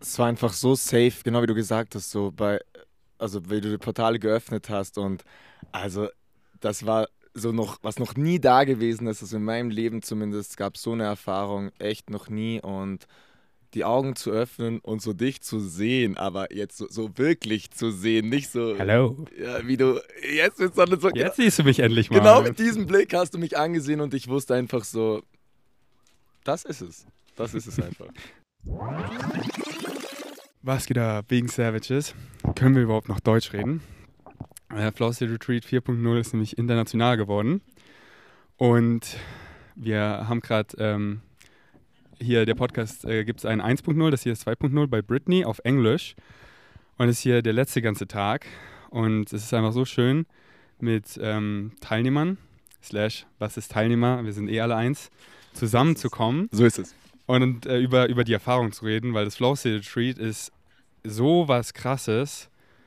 Es war einfach so safe, genau wie du gesagt hast, also wie du die Portale geöffnet hast und also das war so noch, was noch nie da gewesen ist, also in meinem Leben zumindest, gab es so eine Erfahrung echt noch nie und die Augen zu öffnen und so dich zu sehen, aber jetzt so wirklich zu sehen, nicht so, Hallo. ja, wie du jetzt bist, sondern so, Jetzt siehst du mich endlich genau mal. mit diesem Blick hast du mich angesehen und ich wusste einfach so, das ist es. Das ist es einfach. Was geht ab, wegen Savages? Können wir überhaupt noch Deutsch reden? Flow State Retreat 4.0 ist nämlich international geworden. Und wir haben gerade hier, der Podcast gibt es einen 1.0, das hier ist 2.0 bei Britney auf Englisch. Und es ist hier der letzte ganze Tag. Und es ist einfach so schön mit Teilnehmern, was ist Teilnehmer, wir sind eh alle eins, zusammenzukommen. So ist es. Und über die Erfahrung zu reden, weil das Flow State Retreat ist so was Krasses.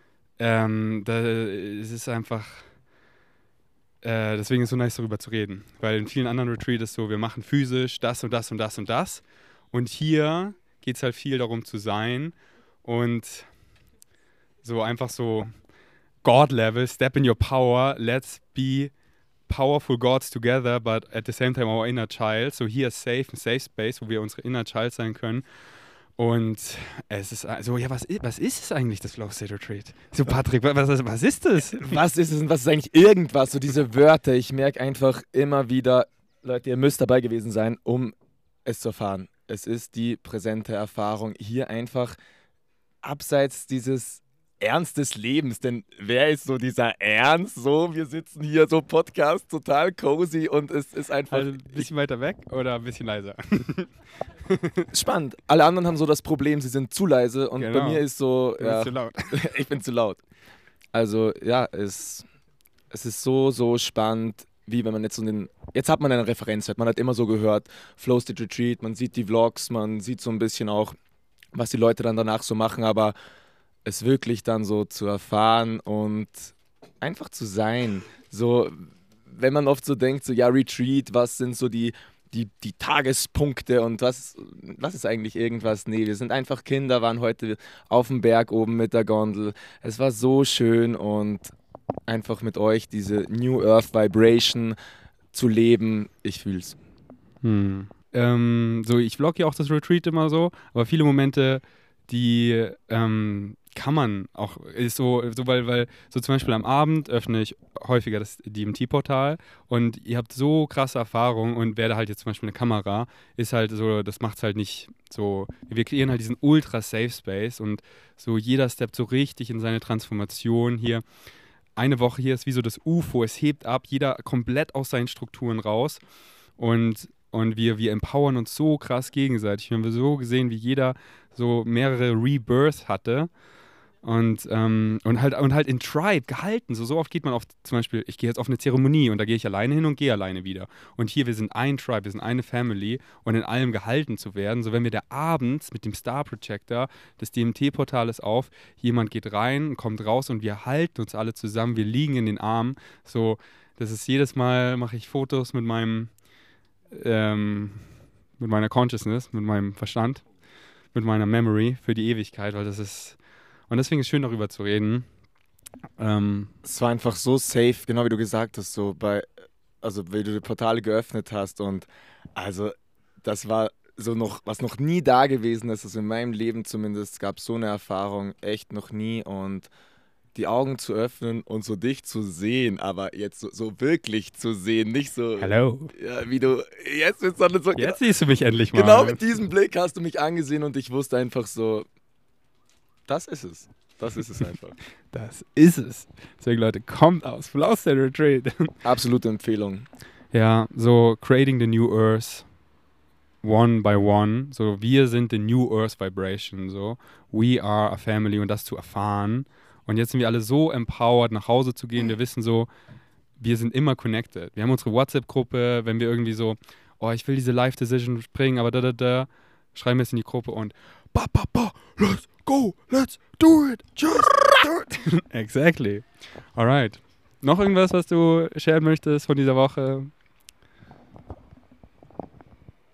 Es ist einfach, deswegen ist es so nice, darüber zu reden. Weil in vielen anderen Retreats ist so, wir machen physisch das und das und das und das. Und hier geht es halt viel darum zu sein und so einfach so God-Level, step in your power, let's be powerful gods together, but at the same time our inner child. So here safe, ein safe space, wo wir unsere inner child sein können. Und es ist so, ja, was ist es eigentlich, das Flow State Retreat? So, Patrick, was ist das? Was ist es und was ist eigentlich irgendwas? So diese Wörter, ich merke einfach immer wieder, Leute, ihr müsst dabei gewesen sein, um es zu erfahren. Es ist die präsente Erfahrung, hier einfach abseits dieses Ernst des Lebens, denn wer ist so dieser Ernst? So, wir sitzen hier so Podcast, total cozy und es ist einfach Also ein bisschen weiter weg oder ein bisschen leiser? spannend. Alle anderen haben so das Problem, sie sind zu leise und bei Genau. mir ist so, Du ja, bist zu laut. ich bin zu laut. Also ja, es ist so spannend, wie wenn man jetzt jetzt hat man eine Referenz, man hat immer so gehört, Flow State Retreat, man sieht die Vlogs, man sieht so ein bisschen auch, was die Leute dann danach so machen, aber es wirklich dann so zu erfahren und einfach zu sein. So, wenn man oft so denkt, so ja, Retreat, was sind so die Tagespunkte und was ist eigentlich irgendwas? Nee, wir sind einfach Kinder, waren heute auf dem Berg oben mit der Gondel. Es war so schön und einfach mit euch diese New Earth Vibration zu leben, ich fühl's. So, ich vlog ja auch das Retreat immer so, aber viele Momente, die kann man auch, ist weil so zum Beispiel am Abend öffne ich häufiger das DMT-Portal und ihr habt so krasse Erfahrungen und wer da halt jetzt zum Beispiel eine Kamera, ist halt so, das macht es halt nicht so, wir kreieren halt diesen ultra Safe Space und so jeder steppt so richtig in seine Transformation hier. Eine Woche hier ist wie so das UFO, es hebt ab, jeder komplett aus seinen Strukturen raus und wir empowern uns so krass gegenseitig. Wir haben so gesehen, wie jeder so mehrere Rebirths hatte und halt in Tribe gehalten. So oft geht man auf, zum Beispiel, ich gehe jetzt auf eine Zeremonie und da gehe ich alleine hin und gehe alleine wieder. Und hier, wir sind ein Tribe, wir sind eine Family und in allem gehalten zu werden. So, wenn wir da abends mit dem Star Projector des DMT-Portal ist auf, jemand geht rein, kommt raus und wir halten uns alle zusammen, wir liegen in den Armen. So, das ist jedes Mal, mache ich Fotos mit meiner Consciousness, mit meinem Verstand, mit meiner Memory für die Ewigkeit, weil das ist, und deswegen ist es schön, darüber zu reden. Es war einfach so safe, genau wie du gesagt hast, also wie du die Portale geöffnet hast und also das war so noch, was noch nie da gewesen ist, also in meinem Leben zumindest, gab es so eine Erfahrung echt noch nie und die Augen zu öffnen und so dich zu sehen, aber jetzt so wirklich zu sehen, nicht so, Hallo. ja, wie du jetzt bist, sondern so, Jetzt siehst du mich endlich mal. genau mit diesem Blick hast du mich angesehen und ich wusste einfach so, das ist es. Das ist es einfach. Das ist es. Deswegen, Leute, kommt aus Flow State Retreat. Absolute Empfehlung. Ja, so creating the new earth one by one. So, wir sind the new earth vibration. So, we are a family und das zu erfahren. Und jetzt sind wir alle so empowered, nach Hause zu gehen. Wir wissen so, wir sind immer connected. Wir haben unsere WhatsApp-Gruppe, wenn wir irgendwie so, oh, ich will diese Life-Decision springen, aber schreiben wir es in die Gruppe und let's go, let's do it, just do it. Exactly. Alright. Noch irgendwas, was du sharen möchtest von dieser Woche?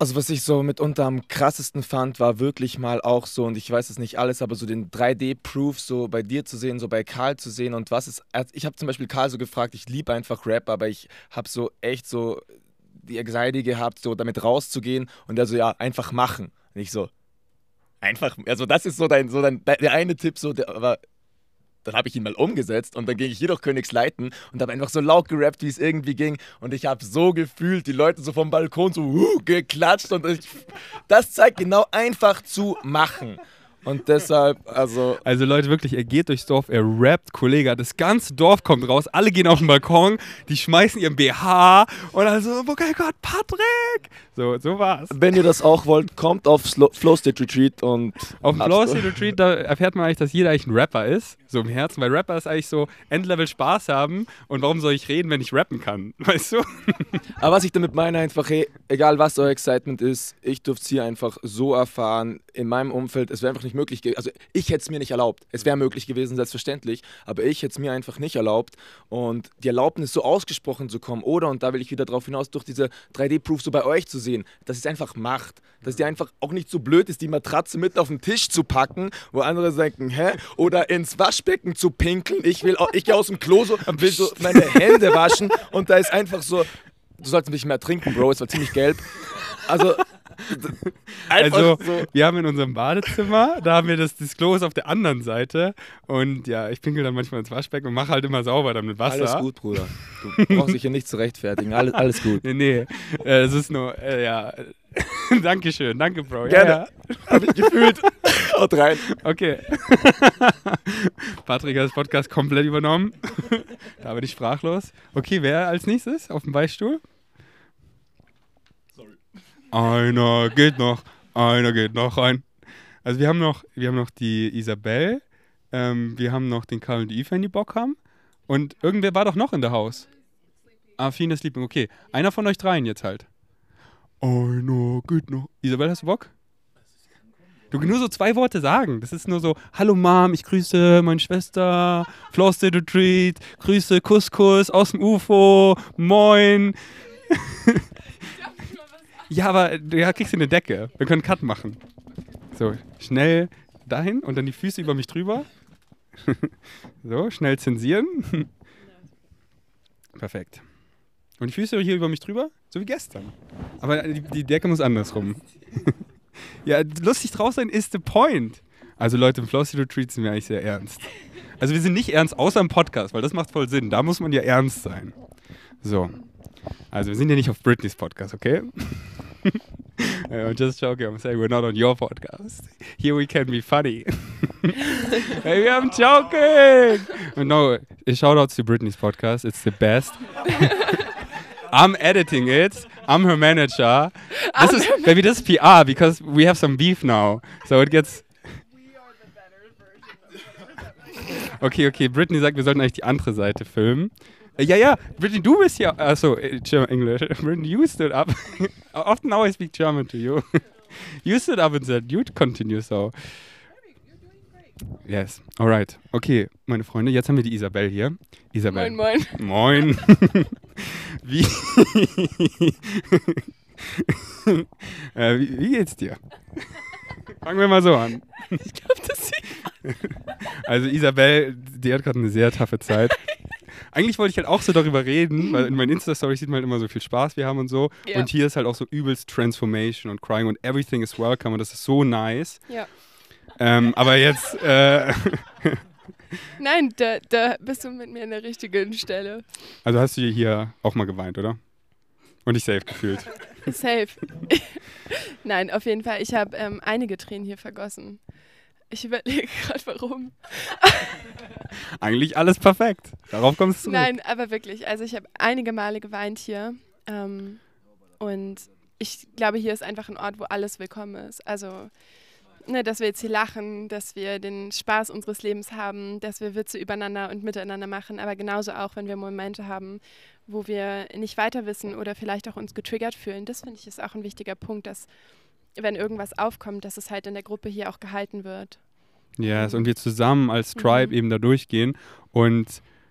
Also was ich so mitunter am krassesten fand, war wirklich mal auch so, und ich weiß es nicht alles, aber so den 3D-Proof so bei dir zu sehen, so bei Karl zu sehen und was ist, ich habe zum Beispiel Karl so gefragt, ich liebe einfach Rap, aber ich habe so echt so die Anxiety gehabt, so damit rauszugehen und er so, ja, einfach machen. Und ich so, einfach, also das ist so der eine Tipp, so, aber dann habe ich ihn mal umgesetzt und dann ging ich hier durch Königsleiten und habe einfach so laut gerappt, wie es irgendwie ging. Und ich habe so gefühlt, die Leute so vom Balkon so geklatscht. Und das zeigt genau einfach zu machen. Und deshalb, also Leute, wirklich, er geht durchs Dorf, er rappt, Kollege, das ganze Dorf kommt raus, alle gehen auf den Balkon, die schmeißen ihren BH und also, oh mein Gott, Patrick! So war's. Wenn ihr das auch wollt, kommt auf Flow State Retreat und... Auf dem Flow State Retreat, da erfährt man eigentlich, dass jeder eigentlich ein Rapper ist, so im Herzen, weil Rapper ist eigentlich so Endlevel Spaß haben und warum soll ich reden, wenn ich rappen kann, weißt du? Aber was ich damit meine, einfach, hey, egal was euer Excitement ist, ich durfte es hier einfach so erfahren, in meinem Umfeld, es wäre einfach nicht möglich gewesen, also ich hätte es mir nicht erlaubt, es wäre möglich gewesen, selbstverständlich, aber ich hätte es mir einfach nicht erlaubt und die Erlaubnis so ausgesprochen zu kommen, oder, und da will ich wieder drauf hinaus, durch diese 3D-Proof so bei euch zu sehen, dass es einfach macht, dass die einfach auch nicht so blöd ist, die Matratze mit auf den Tisch zu packen, wo andere denken, hä, oder ins Waschbecken zu pinkeln, ich gehe aus dem Klo so, will so meine Hände waschen und da ist einfach so, du sollst ein bisschen mehr trinken, Bro, es war ziemlich gelb, also Also, so. wir haben in unserem Badezimmer, da haben wir das Klo ist auf der anderen Seite und ja, ich pinkel dann manchmal ins Waschbecken und mache halt immer sauber dann mit Wasser. Alles gut, Bruder. Du brauchst dich hier nicht zu rechtfertigen. Alles gut. Nee, es ist nur, ja. Dankeschön, danke, Bro. Gerne. Ja. Hab ich gefühlt. Haut rein. Okay. Patrick hat das Podcast komplett übernommen. Da bin ich sprachlos. Okay, wer als nächstes auf dem Beistuhl? Einer geht noch rein. Also wir haben noch die Isabel, wir haben noch den Karl und die Eve, wenn die Bock haben. Und irgendwer war doch noch in der Haus. Fines Liebling, okay. Einer von euch dreien jetzt halt. Einer geht noch. Isabel, hast du Bock? Du kannst nur so 2 Worte sagen. Das ist nur so, hallo Mom, ich grüße meine Schwester, Flow State Retreat, Grüße, Couscous aus dem UFO, moin. Ja, aber du kriegst eine Decke. Wir können einen Cut machen. So, schnell dahin und dann die Füße über mich drüber. So, schnell zensieren. Perfekt. Und die Füße hier über mich drüber, so wie gestern. Aber die Decke muss andersrum. Ja, lustig draus sein ist the point. Also Leute, im Flow State Retreat sind wir eigentlich sehr ernst. Also wir sind nicht ernst, außer im Podcast, weil das macht voll Sinn. Da muss man ja ernst sein. So. Also wir sind ja nicht auf Britneys Podcast, okay? I'm just joking, I'm saying we're not on your podcast. Here we can be funny. Maybe I'm joking! No, shoutouts to Britneys podcast, it's the best. I'm editing it, I'm her manager. Maybe this is PR, because we have some beef now. So it gets... Okay, Britney sagt, wir sollten eigentlich die andere Seite filmen. Ja, Britney, du bist ja... Achso, German English. Britney, you stood up. Often now I speak German to you. You stood up and said, you'd continue so. Yes, alright. Okay, meine Freunde, jetzt haben wir die Isabel hier. Isabel. Moin. Moin. Wie geht's dir? Fangen wir mal so an. Ich glaube, das sieht Also Isabel, die hat gerade eine sehr taffe Zeit. Eigentlich wollte ich halt auch so darüber reden, weil in meinen Insta-Stories sieht man halt immer so viel Spaß wir haben und so. Ja. Und hier ist halt auch so übelst Transformation und Crying und everything is welcome und das ist so nice. Ja. Aber jetzt... Nein, da bist du mit mir an der richtigen Stelle. Also hast du hier auch mal geweint, oder? Und dich safe gefühlt. Safe. Nein, auf jeden Fall. Ich habe einige Tränen hier vergossen. Ich überlege gerade, warum. Eigentlich alles perfekt. Darauf kommst du zurück. Nein, aber wirklich. Also ich habe einige Male geweint hier. Und ich glaube, hier ist einfach ein Ort, wo alles willkommen ist. Also, dass wir jetzt hier lachen, dass wir den Spaß unseres Lebens haben, dass wir Witze übereinander und miteinander machen, aber genauso auch, wenn wir Momente haben, wo wir nicht weiter wissen oder vielleicht auch uns getriggert fühlen. Das finde ich ist auch ein wichtiger Punkt, dass wenn irgendwas aufkommt, dass es halt in der Gruppe hier auch gehalten wird. Yes, und wir zusammen als Tribe eben da durchgehen und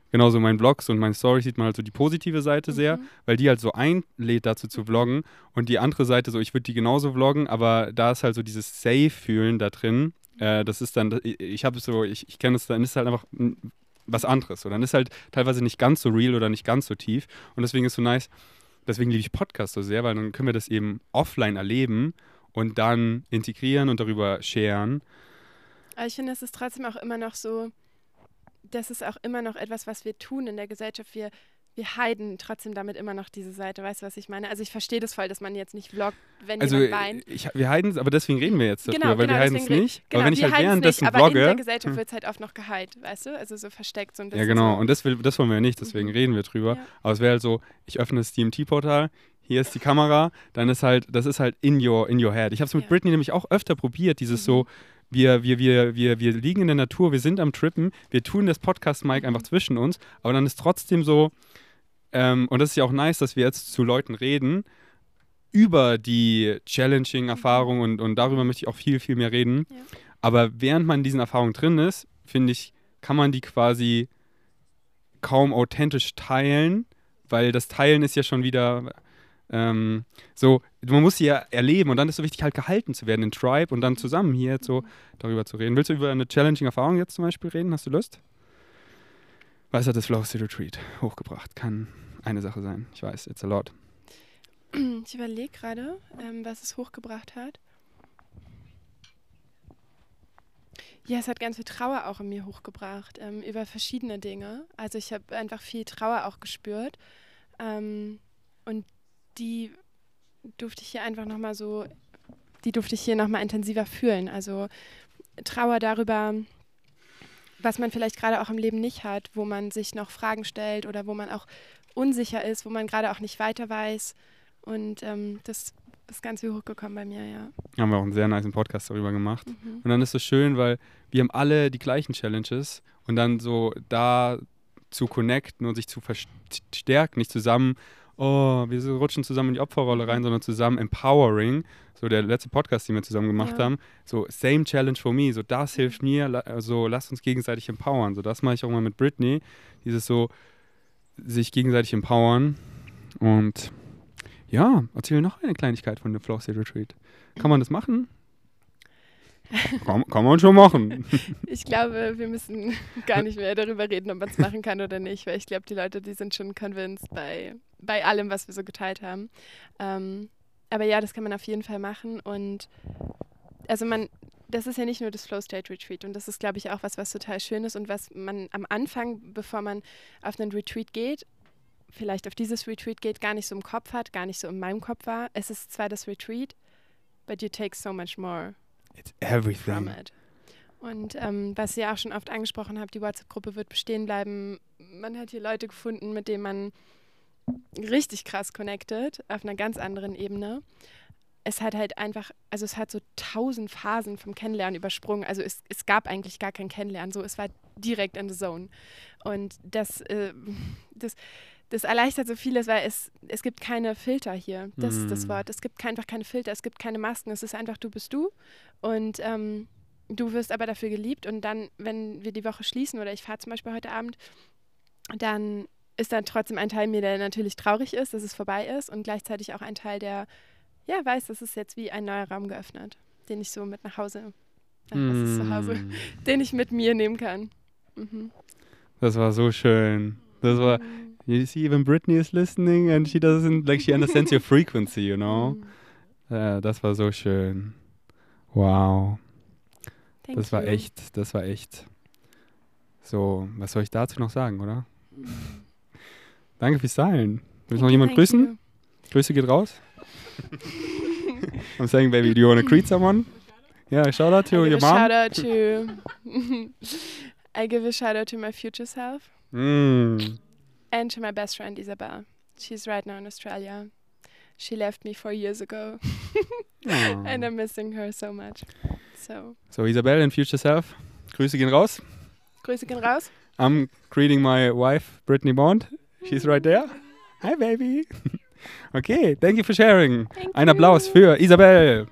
genauso meinen Vlogs und meinen Stories sieht man halt so die positive Seite sehr, weil die halt so einlädt dazu zu vloggen und die andere Seite so, ich würde die genauso vloggen, aber da ist halt so dieses Safe-Fühlen da drin, das ist dann, ich kenne es, dann ist halt einfach was anderes. So, dann ist halt teilweise nicht ganz so real oder nicht ganz so tief und deswegen ist so nice, deswegen liebe ich Podcasts so sehr, weil dann können wir das eben offline erleben und dann integrieren und darüber sharen. Aber ich finde, es ist trotzdem auch immer noch so, das ist auch immer noch etwas, was wir tun in der Gesellschaft. Wir hiden trotzdem damit immer noch diese Seite. Weißt du, was ich meine? Also ich verstehe das voll, dass man jetzt nicht vloggt, wenn jemand weint. Wir hiden es, aber deswegen reden wir jetzt darüber, weil wir hiden es nicht. Genau, aber wenn ich halt währenddessen nicht, vlogge... Aber in der Gesellschaft wird es halt oft noch geheilt, weißt du? Also so versteckt so ein bisschen. Ja, genau. So. Und das wollen wir ja nicht, deswegen reden wir drüber. Ja. Aber es wäre halt so, ich öffne das DMT-Portal, hier ist die Kamera, dann ist halt, das ist halt in your head. Ich habe es mit Britney nämlich auch öfter probiert, dieses so, wir liegen in der Natur, wir sind am Trippen, wir tun das Podcast-Mic einfach zwischen uns, aber dann ist trotzdem so, und das ist ja auch nice, dass wir jetzt zu Leuten reden über die challenging Erfahrungen und darüber möchte ich auch viel, viel mehr reden. Ja. Aber während man in diesen Erfahrungen drin ist, finde ich, kann man die quasi kaum authentisch teilen, weil das Teilen ist ja schon wieder so, man muss sie ja erleben und dann ist es so wichtig, halt gehalten zu werden in Tribe und dann zusammen hier jetzt so darüber zu reden. Willst du über eine challenging Erfahrung jetzt zum Beispiel reden? Hast du Lust? Was hat das Flow State Retreat hochgebracht? Kann eine Sache sein. Ich weiß, it's a lot. Ich überlege gerade, was es hochgebracht hat. Ja, es hat ganz viel Trauer auch in mir hochgebracht, über verschiedene Dinge. Also ich habe einfach viel Trauer auch gespürt. Und die durfte ich hier einfach nochmal intensiver fühlen. Also Trauer darüber, was man vielleicht gerade auch im Leben nicht hat, wo man sich noch Fragen stellt oder wo man auch unsicher ist, wo man gerade auch nicht weiter weiß. Und das ist ganz viel hochgekommen bei mir, ja. Haben wir auch einen sehr nicen Podcast darüber gemacht. Und dann ist es schön, weil wir haben alle die gleichen Challenges und dann so da zu connecten und sich zu verstärken, nicht zusammen, wir rutschen zusammen in die Opferrolle rein, sondern zusammen empowering. So der letzte Podcast, den wir zusammen gemacht haben, so same challenge for me, so das hilft mir, so lasst uns gegenseitig empowern. So das mache ich auch mal mit Britney, dieses so sich gegenseitig empowern. Und ja, erzähl noch eine Kleinigkeit von dem Flow State Retreat. Kann man das machen? Kann man schon machen. Ich glaube, wir müssen gar nicht mehr darüber reden, ob man es machen kann oder nicht, weil ich glaube, die Leute, die sind schon convinced bei allem, was wir so geteilt haben. Aber ja, das kann man auf jeden Fall machen und also das ist ja nicht nur das Flow State Retreat und das ist, glaube ich, auch was total schön ist und was man am Anfang, bevor man auf einen Retreat geht, vielleicht auf dieses Retreat geht, gar nicht so im Kopf hat, gar nicht so in meinem Kopf war. Es ist zwar das Retreat, but you take so much more. It's everything. From it. Und was ihr auch schon oft angesprochen habt, die WhatsApp-Gruppe wird bestehen bleiben. Man hat hier Leute gefunden, mit denen man richtig krass connected, auf einer ganz anderen Ebene. Es hat halt einfach, also es hat so 1000 Phasen vom Kennenlernen übersprungen. Also es gab eigentlich gar kein Kennenlernen, so es war direkt in the zone. Und das erleichtert so vieles, weil es gibt keine Filter hier. Das ist das Wort. Es gibt einfach keine Filter, es gibt keine Masken. Es ist einfach, du bist du und du wirst aber dafür geliebt. Und dann, wenn wir die Woche schließen oder ich fahre zum Beispiel heute Abend, dann ist dann trotzdem ein Teil mir, der natürlich traurig ist, dass es vorbei ist und gleichzeitig auch ein Teil, der weiß, das ist jetzt wie ein neuer Raum geöffnet, den ich so mit nach Hause, was ist zu Hause, den ich mit mir nehmen kann. Das war so schön. Das war, you see, even Britney is listening and she doesn't, like, she understands your frequency, you know? Das war so schön. Wow. Das war echt. So, was soll ich dazu noch sagen, oder? Danke fürs Teilen. Willst du noch jemand grüßen? Grüße geht raus. I'm saying, baby, do you want to greet someone? Yeah, shout out to your mom. I give a shout out to my future self. And to my best friend Isabel. She's right now in Australia. She left me 4 years ago. And I'm missing her so much. So Isabel and future self, Grüße gehen raus. Grüße gehen raus. I'm greeting my wife, Brittany Bond. She's right there. Hi, baby. Okay, thank you for sharing. Ein Applaus für Isabel.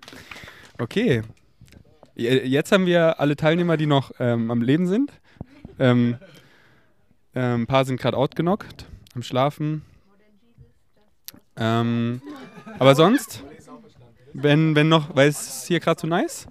Okay. Jetzt haben wir alle Teilnehmer, die noch am Leben sind. Ein paar sind gerade outgenockt, am Schlafen. Aber sonst, wenn noch, weil es hier gerade so nice.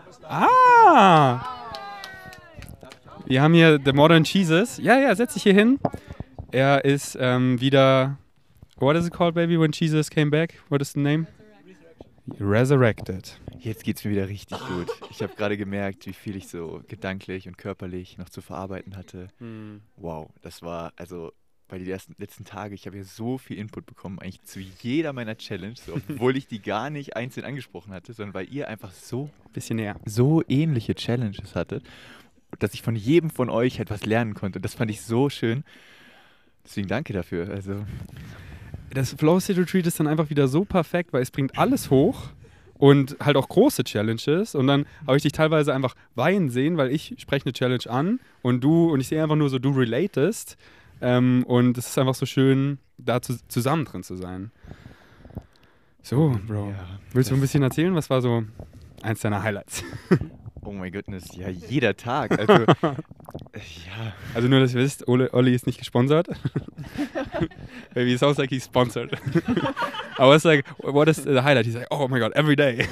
Wir haben hier The Modern Jesus. Ja, setz dich hier hin. Er ist wieder, what is it called, baby, when Jesus came back? What is the name? Resurrected. Jetzt geht's mir wieder richtig gut. Ich habe gerade gemerkt, wie viel ich so gedanklich und körperlich noch zu verarbeiten hatte. Wow, das war, also bei den letzten Tage, ich habe ja so viel Input bekommen, eigentlich zu jeder meiner Challenge, so, obwohl ich die gar nicht einzeln angesprochen hatte, sondern weil ihr einfach so Bisschen näher. so ähnliche Challenges hattet, dass ich von jedem von euch etwas lernen konnte. Das fand ich so schön. Deswegen danke dafür. Also Das Flow State Retreat ist dann einfach wieder so perfekt, weil es bringt alles hoch und halt auch große Challenges. Und dann habe ich dich teilweise einfach weinen sehen, weil ich spreche eine Challenge an und ich sehe einfach nur so, du relatest. Und es ist einfach so schön, da zusammen drin zu sein. So, Bro. ja, Willst du ein bisschen erzählen? Was war so eins deiner Highlights? oh my goodness, ja, jeder Tag. Also, ja. Also nur, dass ihr wisst, Olli ist nicht gesponsert. Maybe it sounds like he's sponsored. I was like, what is the highlight? He's like, oh my God, every day.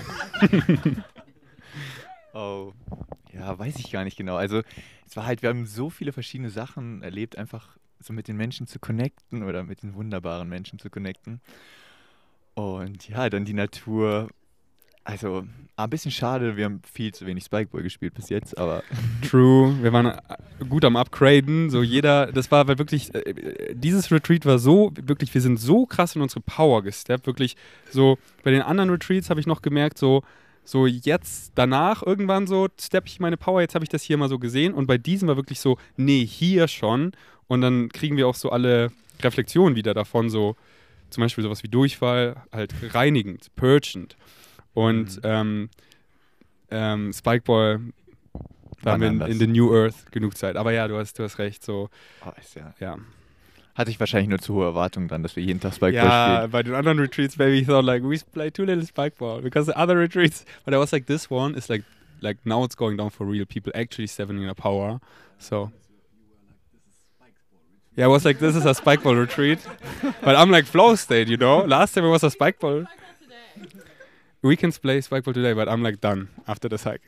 Oh, ja, weiß ich gar nicht genau. Also, es war halt, wir haben so viele verschiedene Sachen erlebt, einfach so mit den Menschen zu connecten oder mit den wunderbaren Menschen zu connecten. Und ja, dann die Natur. Also, ein bisschen schade, wir haben viel zu wenig Spikeball gespielt bis jetzt, aber True, wir waren gut am Upgraden, so jeder, das war wirklich, dieses Retreat war so, wirklich, wir sind so krass in unsere Power gesteppt, wirklich so, bei den anderen Retreats habe ich noch gemerkt, so jetzt, danach irgendwann so, steppe ich meine Power, jetzt habe ich das hier mal so gesehen und bei diesem war wirklich so, nee, hier schon und dann kriegen wir auch so alle Reflexionen wieder davon, so zum Beispiel sowas wie Durchfall, halt reinigend, purgend. Und Spikeball da haben wir in the New Earth genug Zeit. Aber ja, du hast recht. So, ja. Hatte ich wahrscheinlich nur zu hohe Erwartungen dran, dass wir jeden Tag Spikeball spielen. Bei den anderen Retreats, maybe I thought like we play too little Spikeball because the other retreats. But I was like, this one is like now it's going down for real. People actually stepping in their power. So. Yeah, I was like, this is a Spikeball retreat. But I'm like flow state, you know. Last time it was a Spikeball. We can play Spikeball today, but I'm like done after this hike.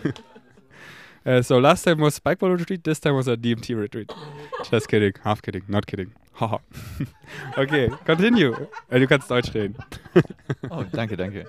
So last time was Spikeball retreat, this time was a DMT retreat. Just kidding, half kidding, not kidding. Haha. Okay, continue. Du kannst Deutsch reden. Oh, danke.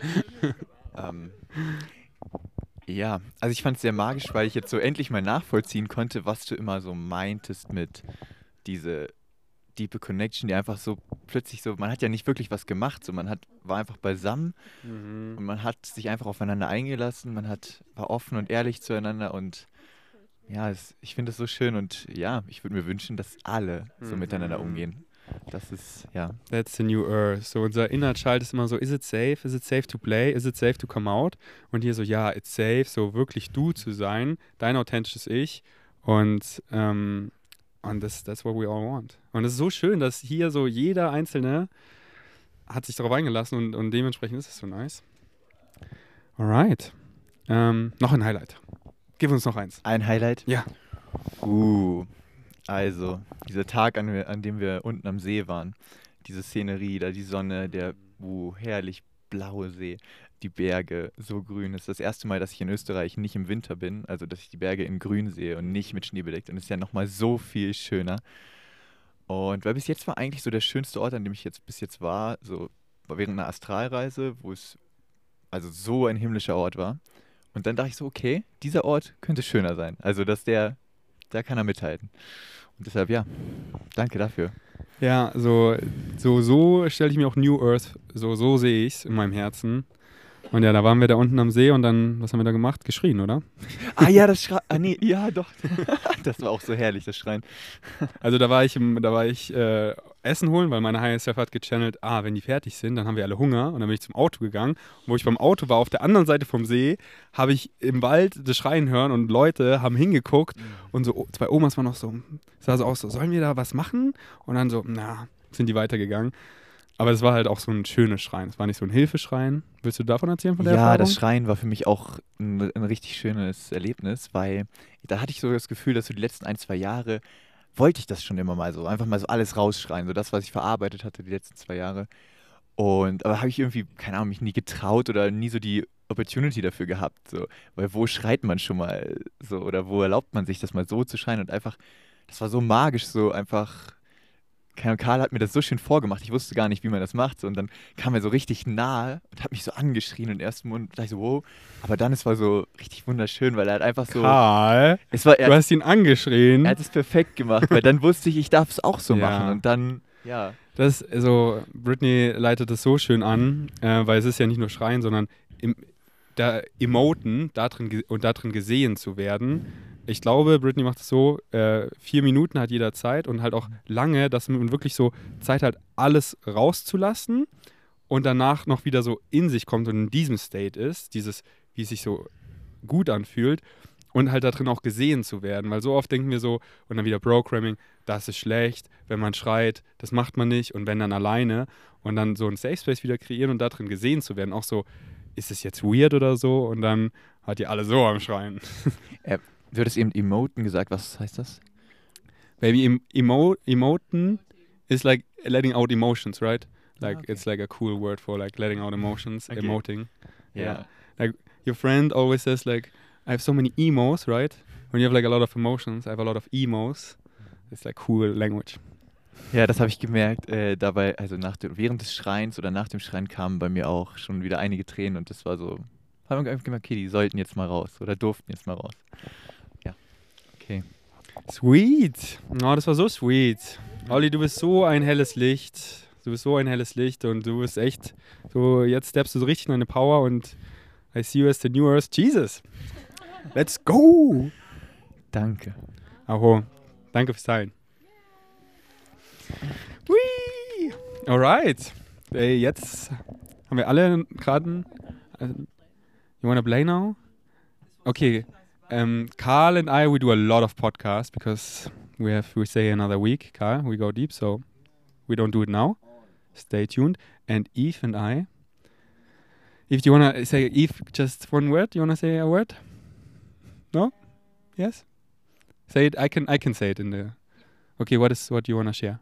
Ja, also ich fand es sehr magisch, weil ich jetzt so endlich mal nachvollziehen konnte, was du immer so meintest mit diese diepe Connection, die einfach so plötzlich so, man hat ja nicht wirklich was gemacht, so war einfach beisammen und man hat sich einfach aufeinander eingelassen, war offen und ehrlich zueinander und ja, ich finde es so schön und ja, ich würde mir wünschen, dass alle so miteinander umgehen. Das ist, ja. That's the new earth. So unser inner Child ist immer so, is it safe? Is it safe to play? Is it safe to come out? Und hier so, ja, it's safe, so wirklich du zu sein, dein authentisches Ich und that's what we all want. Und es ist so schön, dass hier so jeder Einzelne hat sich darauf eingelassen und dementsprechend ist es so nice. Alright. Noch ein Highlight. Gib uns noch eins. Ein Highlight? Ja. Also, dieser Tag, an dem wir unten am See waren, diese Szenerie, da die Sonne, der herrlich blaue See, die Berge, so grün. Das ist das erste Mal, dass ich in Österreich nicht im Winter bin, also dass ich die Berge in grün sehe und nicht mit Schnee bedeckt. Und das ist ja nochmal so viel schöner. Und weil bis jetzt war eigentlich so der schönste Ort, an dem ich bis jetzt war, so während einer Astralreise, wo es also so ein himmlischer Ort war. Und dann dachte ich so, okay, dieser Ort könnte schöner sein. Also da kann er mithalten. Und deshalb, ja, danke dafür. Ja, so stelle ich mir auch New Earth, so sehe ich es in meinem Herzen. Und ja, da waren wir da unten am See und dann, was haben wir da gemacht? Geschrien, oder? Ah ja, das Schreien. Ah nee, ja doch. Das war auch so herrlich, das Schreien. Also da war ich Essen holen, weil meine Higher Self hat gechannelt, wenn die fertig sind, dann haben wir alle Hunger. Und dann bin ich zum Auto gegangen. Und wo ich beim Auto war, auf der anderen Seite vom See, habe ich im Wald das Schreien hören und Leute haben hingeguckt. Und so 2 Omas waren noch so, sah so aus, so, sollen wir da was machen? Und dann so, sind die weitergegangen. Aber es war halt auch so ein schönes Schreien. Es war nicht so ein Hilfeschreien. Willst du davon erzählen, von der Ja, Erfahrung? das Schreien war für mich auch ein richtig schönes Erlebnis, weil da hatte ich so das Gefühl, dass so die letzten 1, 2 Jahre wollte ich das schon immer mal so, einfach mal so alles rausschreien, so das, was ich verarbeitet hatte die letzten 2 Jahre. Aber habe ich irgendwie, keine Ahnung, mich nie getraut oder nie so die Opportunity dafür gehabt, so. Weil wo schreit man schon mal so oder wo erlaubt man sich das mal so zu schreien und einfach, das war so magisch, so einfach. Keine Ahnung, Karl hat mir das so schön vorgemacht, ich wusste gar nicht, wie man das macht. So, und dann kam er so richtig nahe und hat mich so angeschrien und im ersten Moment dachte ich so, wow. Aber dann, es war so richtig wunderschön, weil er hat einfach so. Karl, Es war, du hast ihn angeschrien. er hat es perfekt gemacht, weil dann wusste ich darf es auch so Ja. machen. Und dann, ja. Das, also, Britney leitet das so schön an, weil es ist ja nicht nur Schreien, sondern da emoten und darin gesehen zu werden. Ich glaube, Britney macht es so, 4 Minuten hat jeder Zeit und halt auch lange, dass man wirklich so Zeit hat, alles rauszulassen und danach noch wieder so in sich kommt und in diesem State ist, wie es sich so gut anfühlt und halt darin auch gesehen zu werden, weil so oft denken wir so, und dann wieder Programming, das ist schlecht, wenn man schreit, das macht man nicht und wenn dann alleine und dann so ein Safe Space wieder kreieren und darin gesehen zu werden, auch so, ist es jetzt weird oder so und dann hat ihr alle so am Schreien. Du hattest eben Emoten gesagt, was heißt das? Baby, emoten is like letting out emotions, right? Like okay. it's like a cool word for like letting out emotions, Okay. emoting. Ja. Like your friend always says like, I have so many emos, right? When you have like a lot of emotions, I have a lot of emos. It's like cool language. Ja, das habe ich gemerkt. Dabei, also während des Schreins oder nach dem Schreien kamen bei mir auch schon wieder einige Tränen und das war so, haben wir einfach gemerkt, okay, die sollten jetzt mal raus oder durften jetzt mal raus. Ja, okay. Sweet. Oh, das war so sweet. Olli, du bist so ein helles Licht. Du bist so ein helles Licht und du bist echt so, jetzt steppst du so richtig in deine Power und I see you as the new Earth Jesus. Let's go. Danke. Aho. Danke fürs Teilen. Whee! Alright. Jetzt haben wir alle gerade. You wanna play now? Okay. Carl and I, we do a lot of podcasts because we say another week. Carl, we go deep, so we don't do it now. Stay tuned. And Eve and I. Eve, do you wanna say Eve just one word? You wanna say a word? No? Yes? Say it. I can say it in the. Okay, what do you wanna share?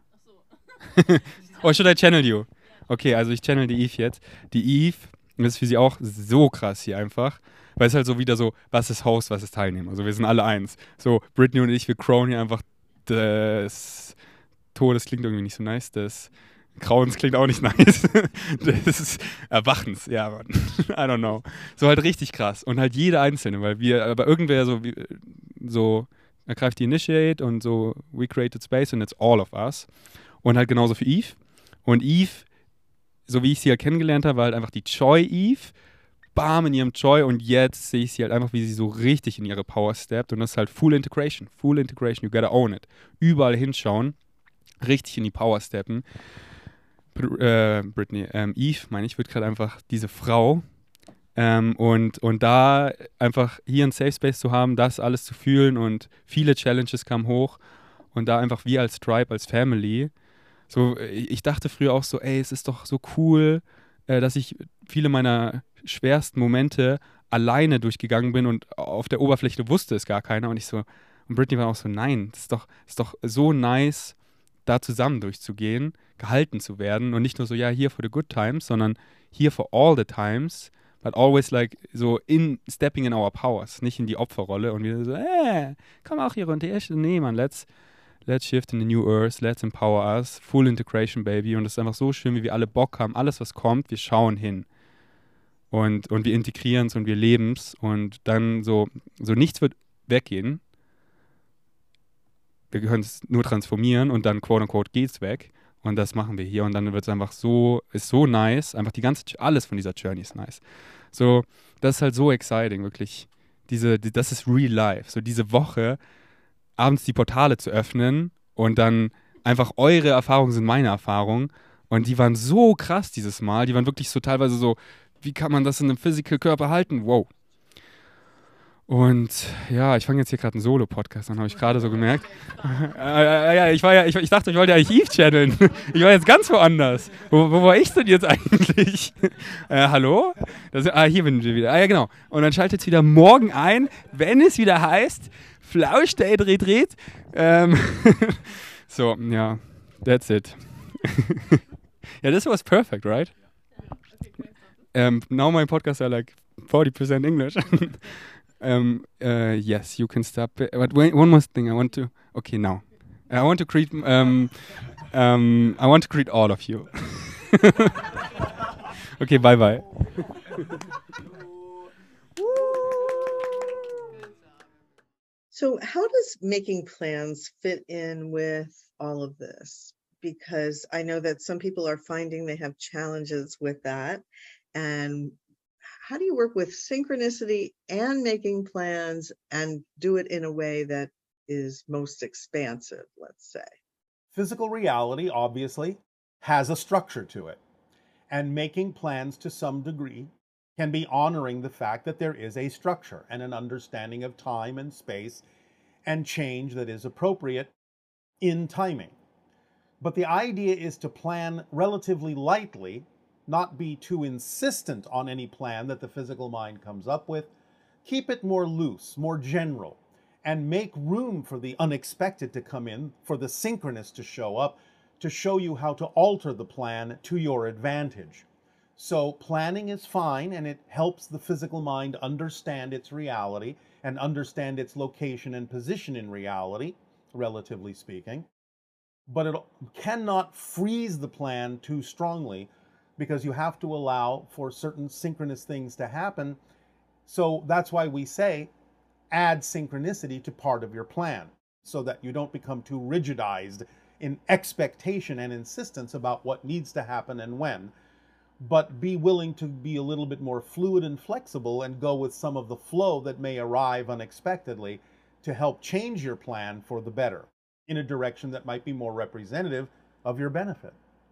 Or should I channel you? Okay, also ich channel die Eve jetzt. Die Eve, das ist für sie auch so krass hier einfach. Weil es halt so wieder so, was ist Host, was ist Teilnehmer. Also wir sind alle eins. So, Britney und ich, wir crown hier einfach des Todes klingt irgendwie nicht so nice. Des Grauens klingt auch nicht nice. Des Erwachens, ja, Mann. I don't know. So halt richtig krass. Und halt jede Einzelne, weil aber irgendwer so ergreift die Initiate und so, we created space and it's all of us. Und halt genauso für Eve. Und Eve, so wie ich sie ja kennengelernt habe, war halt einfach die Joy Eve. Bam, in ihrem Joy. Und jetzt sehe ich sie halt einfach, wie sie so richtig in ihre Power steppt. Und das ist halt Full Integration. Full Integration, you gotta own it. Überall hinschauen, richtig in die Power steppen. Britney, Eve, meine ich, wird gerade einfach diese Frau. Und da einfach hier ein Safe Space zu haben, das alles zu fühlen und viele Challenges kamen hoch. Und da einfach wir als Tribe, als Family, so, ich dachte früher auch so, ey, es ist doch so cool, dass ich viele meiner schwersten Momente alleine durchgegangen bin und auf der Oberfläche wusste es gar keiner. Und Britney war auch so, nein, das ist doch so nice, da zusammen durchzugehen, gehalten zu werden und nicht nur so, ja, here for the good times, sondern here for all the times, but always like so stepping in our powers, nicht in die Opferrolle und wir so, komm auch hier runter. Nee, Mann, let's shift in the new earth, let's empower us, full integration, baby. Und es ist einfach so schön, wie wir alle Bock haben, alles, was kommt, wir schauen hin. Und wir integrieren es und wir leben es. Und dann so nichts wird weggehen. Wir können es nur transformieren und dann, quote unquote, geht's weg. Und das machen wir hier. Und dann wird es einfach ist so nice. Einfach alles von dieser Journey ist nice. So, das ist halt so exciting, wirklich. Das ist real life. So diese Woche, abends die Portale zu öffnen und dann einfach eure Erfahrungen sind meine Erfahrungen und die waren so krass dieses Mal, die waren wirklich so teilweise so, wie kann man das in einem Physical Körper halten? Wow. Und ja, ich fange jetzt hier gerade einen Solo-Podcast an, habe ich gerade so gemerkt. Ja, ich dachte, ich wollte eigentlich Eve channeln. Ich war jetzt ganz woanders. Wo war ich denn jetzt eigentlich? Hallo? Hier bin ich wieder. Ja, genau. Und dann schaltet es wieder morgen ein, wenn es wieder heißt, Flausch, dreht. So, ja, that's it. Yeah, this was perfect, right? Now my podcasts are like 40% English. Yes, you can stop. But one more thing, I want to. Okay, now I want to greet. I want to greet all of you. Okay, bye bye. So how does making plans fit in with all of this? Because I know that some people are finding they have challenges with that. And how do you work with synchronicity and making plans and do it in a way that is most expansive, let's say? Physical reality, obviously, has a structure to it. And making plans to some degree can be honoring the fact that there is a structure and an understanding of time and space and change that is appropriate in timing. But the idea is to plan relatively lightly, not be too insistent on any plan that the physical mind comes up with. Keep it more loose, more general, and make room for the unexpected to come in, for the synchronous to show up, to show you how to alter the plan to your advantage. So planning is fine, and it helps the physical mind understand its reality and understand its location and position in reality, relatively speaking. But it cannot freeze the plan too strongly, because you have to allow for certain synchronous things to happen. So that's why we say add synchronicity to part of your plan, so that you don't become too rigidized in expectation and insistence about what needs to happen and when, but be willing to be a little bit more fluid and flexible and go with some of the flow that may arrive unexpectedly to help change your plan for the better in a direction that might be more representative of your benefit.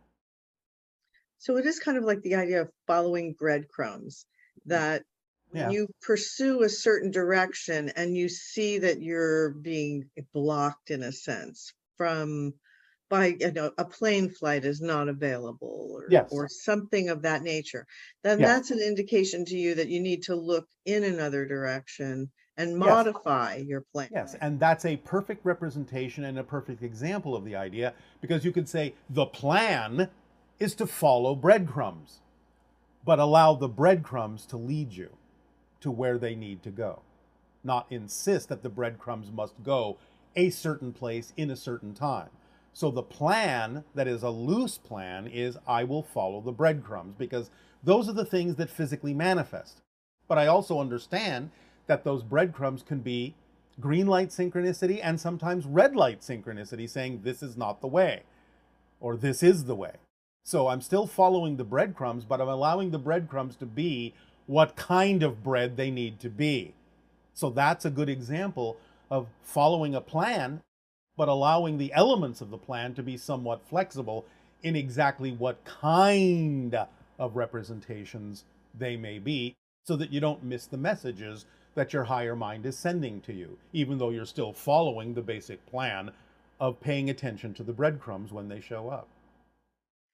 So it is kind of like the idea of following breadcrumbs, that when you pursue a certain direction and you see that you're being blocked in a sense by a plane flight is not available or something of that nature, then that's an indication to you that you need to look in another direction and modify your plan. Yes, and that's a perfect representation and a perfect example of the idea, because you could say the plan is to follow breadcrumbs, but allow the breadcrumbs to lead you to where they need to go. Not insist that the breadcrumbs must go a certain place in a certain time. So the plan that is a loose plan is I will follow the breadcrumbs, because those are the things that physically manifest. But I also understand that those breadcrumbs can be green light synchronicity and sometimes red light synchronicity, saying this is not the way, or this is the way. So I'm still following the breadcrumbs, but I'm allowing the breadcrumbs to be what kind of bread they need to be. So that's a good example of following a plan, but allowing the elements of the plan to be somewhat flexible in exactly what kind of representations they may be, so that you don't miss the messages that your higher mind is sending to you, even though you're still following the basic plan of paying attention to the breadcrumbs when they show up.